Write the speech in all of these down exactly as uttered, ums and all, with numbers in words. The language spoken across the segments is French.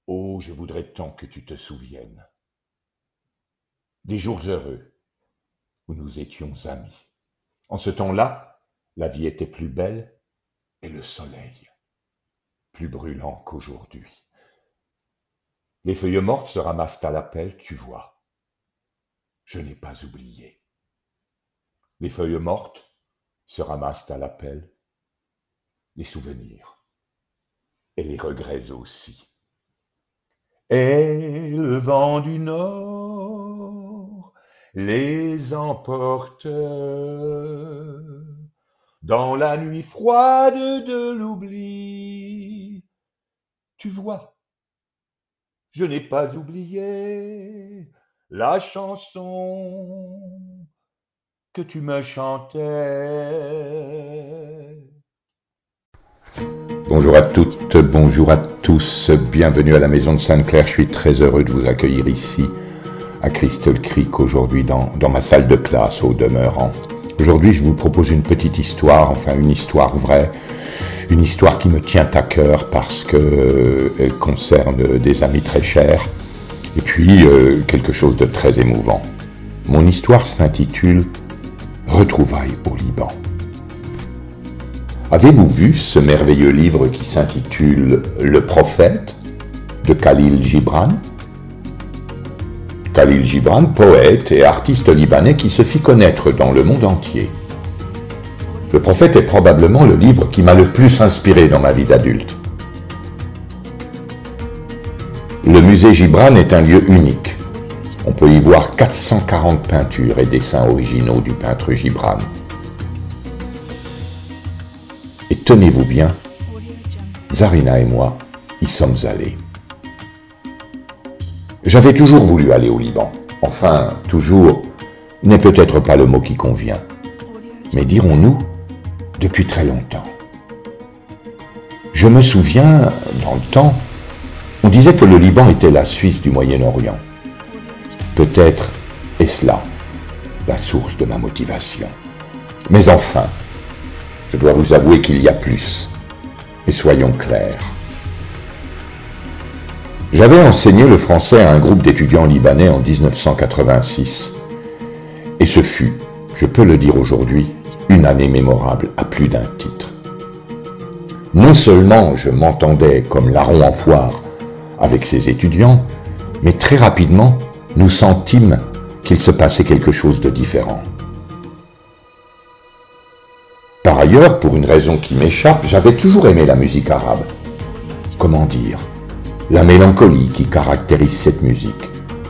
Oh, je voudrais tant que tu te souviennes des jours heureux où nous étions amis. En ce temps-là, la vie était plus belle et le soleil plus brûlant qu'aujourd'hui. Les feuilles mortes se ramassent à la pelle, tu vois. Je n'ai pas oublié. Les feuilles mortes se ramassent à la pelle, les souvenirs et les regrets aussi. Et le vent du nord les emporte dans la nuit froide de l'oubli. Tu vois, je n'ai pas oublié la chanson que tu me chantais. Bonjour à toutes, bonjour à tous, bienvenue à la maison de Sainte-Claire. Je suis très heureux de vous accueillir ici, à Crystal Creek, aujourd'hui dans, dans ma salle de classe au demeurant. Aujourd'hui, je vous propose une petite histoire, enfin une histoire vraie, une histoire qui me tient à cœur parce qu'elle concerne des amis très chers et puis euh, quelque chose de très émouvant. Mon histoire s'intitule « Retrouvailles au Liban ». Avez-vous vu ce merveilleux livre qui s'intitule « Le prophète » de Khalil Gibran? Khalil Gibran, poète et artiste libanais qui se fit connaître dans le monde entier. Le prophète est probablement le livre qui m'a le plus inspiré dans ma vie d'adulte. Le musée Gibran est un lieu unique. On peut y voir quatre cent quarante peintures et dessins originaux du peintre Gibran. Et tenez-vous bien, Zarina et moi y sommes allés. J'avais toujours voulu aller au Liban. Enfin, toujours n'est peut-être pas le mot qui convient. Mais dirons-nous, depuis très longtemps. Je me souviens, dans le temps, on disait que le Liban était la Suisse du Moyen-Orient. Peut-être est-ce là la source de ma motivation. Mais enfin, je dois vous avouer qu'il y a plus. Et soyons clairs. J'avais enseigné le français à un groupe d'étudiants libanais en mille neuf cent quatre-vingt-six. Et ce fut, je peux le dire aujourd'hui, une année mémorable à plus d'un titre. Non seulement je m'entendais comme larron en foire avec ces étudiants, mais très rapidement, nous sentîmes qu'il se passait quelque chose de différent. Par ailleurs, pour une raison qui m'échappe, j'avais toujours aimé la musique arabe. Comment dire ? La mélancolie qui caractérise cette musique.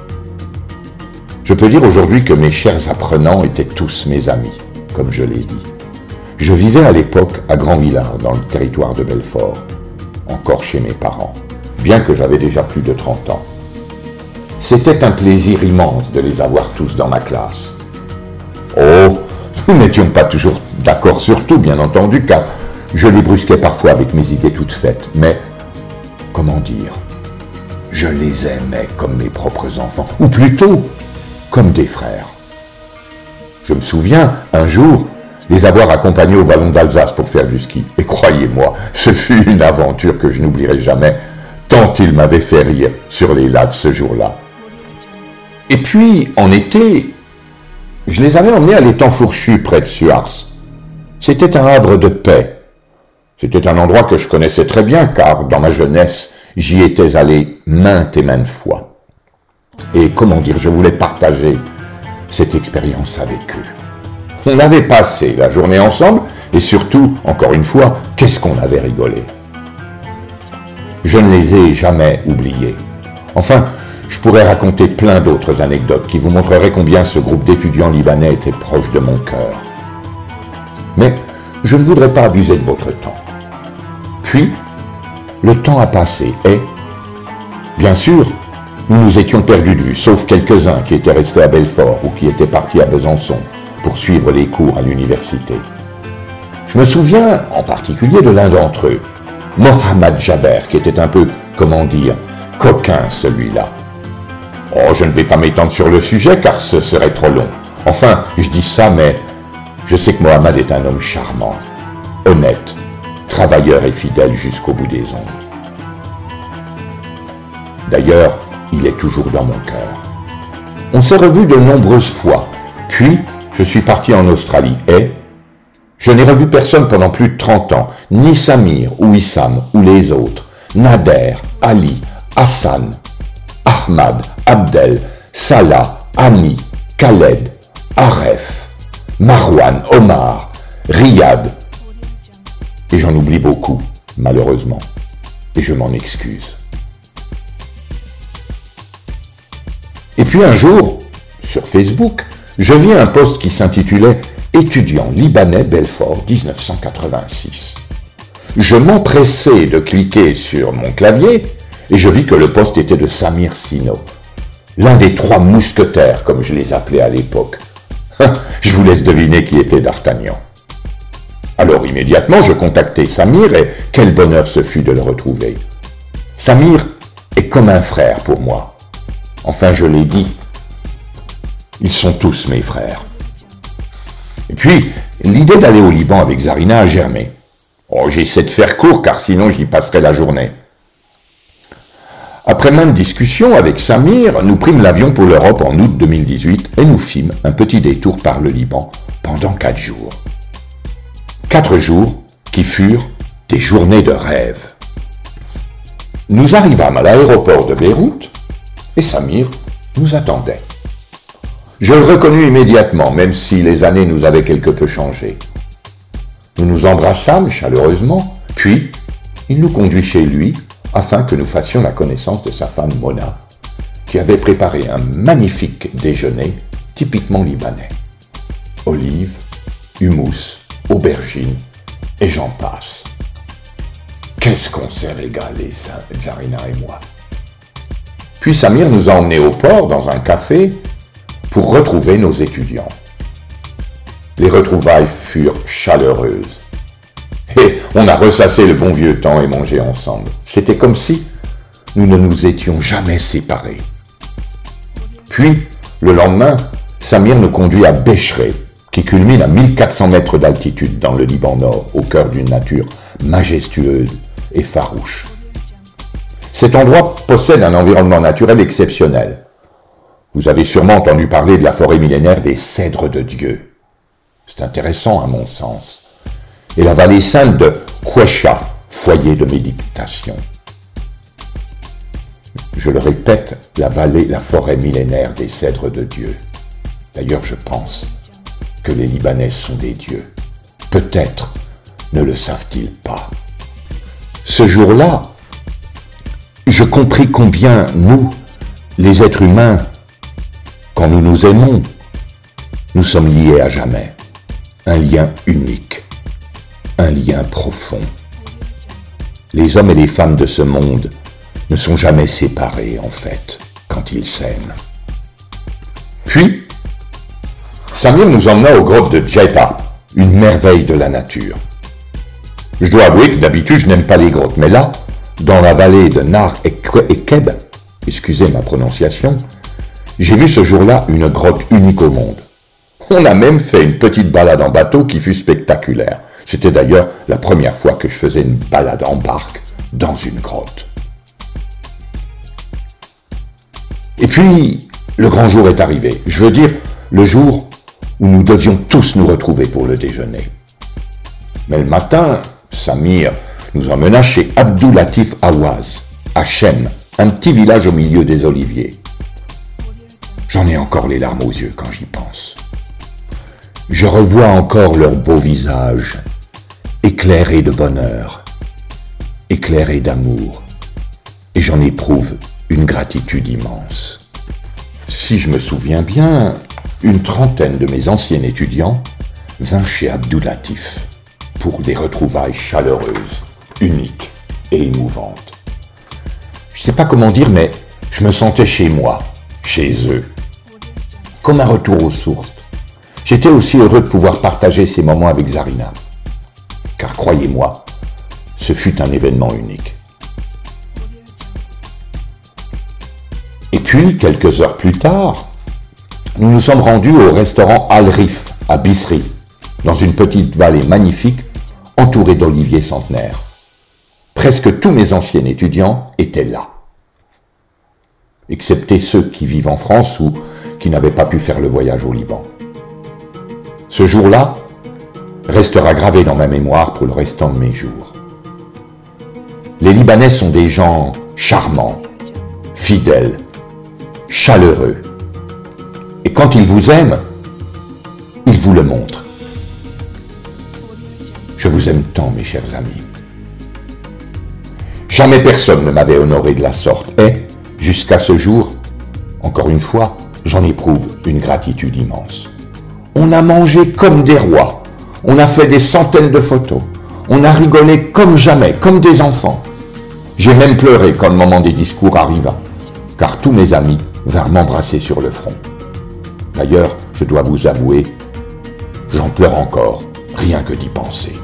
Je peux dire aujourd'hui que mes chers apprenants étaient tous mes amis, comme je l'ai dit. Je vivais à l'époque à Grand-Villard, dans le territoire de Belfort, encore chez mes parents, bien que j'avais déjà plus de trente ans. C'était un plaisir immense de les avoir tous dans ma classe. Oh, nous n'étions pas toujours d'accord sur tout, bien entendu, car je les brusquais parfois avec mes idées toutes faites, mais, comment dire, je les aimais comme mes propres enfants, ou plutôt, comme des frères. Je me souviens, un jour, les avoir accompagnés au ballon d'Alsace pour faire du ski. Et croyez-moi, ce fut une aventure que je n'oublierai jamais, tant ils m'avaient fait rire sur les lattes ce jour-là. Et puis, en été, je les avais emmenés à l'étang Fourchu, près de Suars. C'était un havre de paix. C'était un endroit que je connaissais très bien, car dans ma jeunesse, j'y étais allé maintes et maintes fois. Et comment dire, je voulais partager cette expérience avec eux. On avait passé la journée ensemble, et surtout, encore une fois, qu'est-ce qu'on avait rigolé. Je ne les ai jamais oubliés. Enfin, je pourrais raconter plein d'autres anecdotes qui vous montreraient combien ce groupe d'étudiants libanais était proche de mon cœur. Mais je ne voudrais pas abuser de votre temps. Puis, le temps a passé et, bien sûr, nous nous étions perdus de vue, sauf quelques-uns qui étaient restés à Belfort ou qui étaient partis à Besançon pour suivre les cours à l'université. Je me souviens en particulier de l'un d'entre eux, Mohamed Jaber, qui était un peu, comment dire, coquin celui-là. Oh, je ne vais pas m'étendre sur le sujet car ce serait trop long. Enfin, je dis ça, mais je sais que Mohamed est un homme charmant, honnête, travailleur et fidèle jusqu'au bout des ongles. D'ailleurs, il est toujours dans mon cœur. On s'est revus de nombreuses fois, puis je suis parti en Australie et je n'ai revu personne pendant plus de trente ans, ni Samir ou Issam ou les autres, Nader, Ali, Hassan, Ahmad, Abdel, Salah, Ami, Khaled, Aref, Marwan, Omar, Riyad. Et j'en oublie beaucoup, malheureusement, et je m'en excuse. Et puis un jour, sur Facebook, je vis un post qui s'intitulait « Étudiant libanais Belfort dix-neuf cent quatre-vingt-six ». Je m'empressai de cliquer sur mon clavier et je vis que le post était de Samir Sino, l'un des trois mousquetaires, comme je les appelais à l'époque. Je vous laisse deviner qui était D'Artagnan. Alors immédiatement, je contactai Samir et quel bonheur ce fut de le retrouver. Samir est comme un frère pour moi. Enfin, je l'ai dit, ils sont tous mes frères. Et puis, l'idée d'aller au Liban avec Zarina a germé. Oh, j'essaie de faire court car sinon j'y passerai la journée. Après maintes discussions avec Samir, nous prîmes l'avion pour l'Europe en août deux mille dix-huit et nous fîmes un petit détour par le Liban pendant quatre jours. Quatre jours qui furent des journées de rêve. Nous arrivâmes à l'aéroport de Beyrouth et Samir nous attendait. Je le reconnus immédiatement, même si les années nous avaient quelque peu changé. Nous nous embrassâmes chaleureusement, puis il nous conduit chez lui afin que nous fassions la connaissance de sa femme Mona, qui avait préparé un magnifique déjeuner typiquement libanais. Olives, hummus, aubergines, et j'en passe. Qu'est-ce qu'on s'est régalé, Zarina et moi. Puis Samir nous a emmenés au port, dans un café, pour retrouver nos étudiants. Les retrouvailles furent chaleureuses. Et on a ressassé le bon vieux temps et mangé ensemble. C'était comme si nous ne nous étions jamais séparés. Puis, le lendemain, Samir nous conduit à Bécheré, qui culmine à mille quatre cents mètres d'altitude dans le Liban Nord, au cœur d'une nature majestueuse et farouche. Cet endroit possède un environnement naturel exceptionnel. Vous avez sûrement entendu parler de la forêt millénaire des Cèdres de Dieu. C'est intéressant à mon sens. Et la vallée sainte de Kouécha, foyer de méditation. Je le répète, la vallée, la forêt millénaire des Cèdres de Dieu. D'ailleurs, je pense que les Libanais sont des dieux. Peut-être ne le savent-ils pas. Ce jour-là, je compris combien nous, les êtres humains, quand nous nous aimons, nous sommes liés à jamais. Un lien unique, un lien profond. Les hommes et les femmes de ce monde ne sont jamais séparés, en fait, quand ils s'aiment. Puis, Samir nous emmena aux grottes de Djetta, une merveille de la nature. Je dois avouer que d'habitude je n'aime pas les grottes, mais là, dans la vallée de Nar et Keb, excusez ma prononciation, j'ai vu ce jour-là une grotte unique au monde. On a même fait une petite balade en bateau qui fut spectaculaire. C'était d'ailleurs la première fois que je faisais une balade en barque dans une grotte. Et puis, le grand jour est arrivé. Je veux dire, le jour où nous devions tous nous retrouver pour le déjeuner. Mais le matin, Samir nous emmena chez Abdoulatif Awaz, à Chem, un petit village au milieu des oliviers. J'en ai encore les larmes aux yeux quand j'y pense. Je revois encore leurs beaux visages, éclairés de bonheur, éclairés d'amour, et j'en éprouve une gratitude immense. Si je me souviens bien, une trentaine de mes anciens étudiants vint chez Abdoulatif pour des retrouvailles chaleureuses, uniques et émouvantes. Je ne sais pas comment dire, mais je me sentais chez moi, chez eux, comme un retour aux sources. J'étais aussi heureux de pouvoir partager ces moments avec Zarina, car croyez-moi, ce fut un événement unique. Et puis, quelques heures plus tard, nous nous sommes rendus au restaurant Al-Rif, à Bisri, dans une petite vallée magnifique, entourée d'oliviers centenaires. Presque tous mes anciens étudiants étaient là. excepté ceux qui vivent en France ou qui n'avaient pas pu faire le voyage au Liban. Ce jour-là restera gravé dans ma mémoire pour le restant de mes jours. Les Libanais sont des gens charmants, fidèles, chaleureux. Et quand ils vous aiment, ils vous le montrent. Je vous aime tant, mes chers amis. Jamais personne ne m'avait honoré de la sorte. Et, jusqu'à ce jour, encore une fois, j'en éprouve une gratitude immense. On a mangé comme des rois. On a fait des centaines de photos. On a rigolé comme jamais, comme des enfants. J'ai même pleuré quand le moment des discours arriva, car tous mes amis vinrent m'embrasser sur le front. D'ailleurs, je dois vous avouer, j'en pleure encore, rien que d'y penser.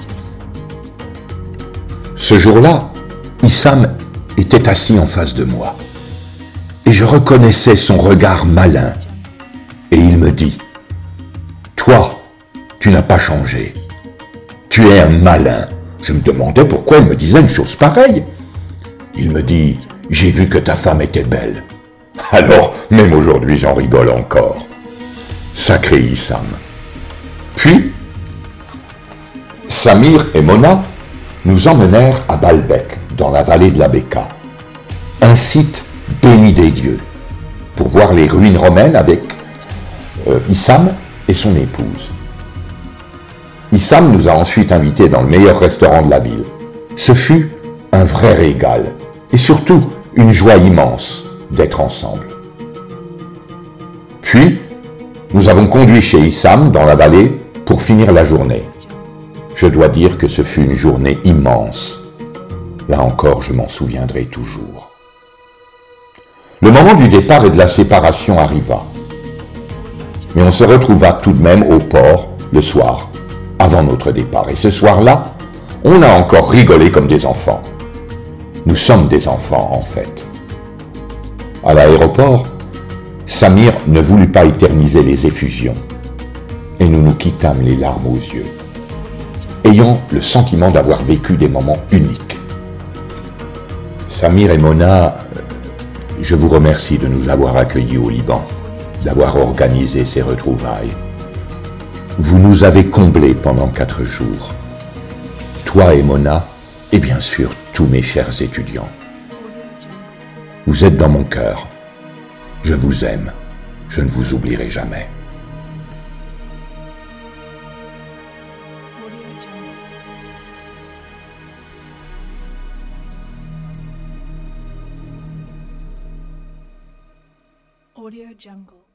Ce jour-là, Issam était assis en face de moi, et je reconnaissais son regard malin, et il me dit « Toi, tu n'as pas changé. Tu es un malin. » Je me demandais pourquoi il me disait une chose pareille. Il me dit « J'ai vu que ta femme était belle. » Alors, même aujourd'hui, j'en rigole encore. Sacré Issam. Puis, Samir et Mona nous emmenèrent à Baalbek, dans la vallée de la Bekaa, un site béni des dieux, pour voir les ruines romaines avec euh, Issam et son épouse. Issam nous a ensuite invités dans le meilleur restaurant de la ville. Ce fut un vrai régal, et surtout une joie immense d'être ensemble. Puis, nous avons conduit chez Issam dans la vallée pour finir la journée. Je dois dire que ce fut une journée immense. Là encore, je m'en souviendrai toujours. Le moment du départ et de la séparation arriva. Mais on se retrouva tout de même au port le soir, avant notre départ. Et ce soir-là, on a encore rigolé comme des enfants. Nous sommes des enfants, en fait. À l'aéroport, Samir ne voulut pas éterniser les effusions. Et nous nous quittâmes les larmes aux yeux, ayant le sentiment d'avoir vécu des moments uniques. Samir et Mona, je vous remercie de nous avoir accueillis au Liban, d'avoir organisé ces retrouvailles. Vous nous avez comblés pendant quatre jours. Toi et Mona, et bien sûr tous mes chers étudiants. Vous êtes dans mon cœur. Je vous aime. Je ne vous oublierai jamais. Audio Jungle.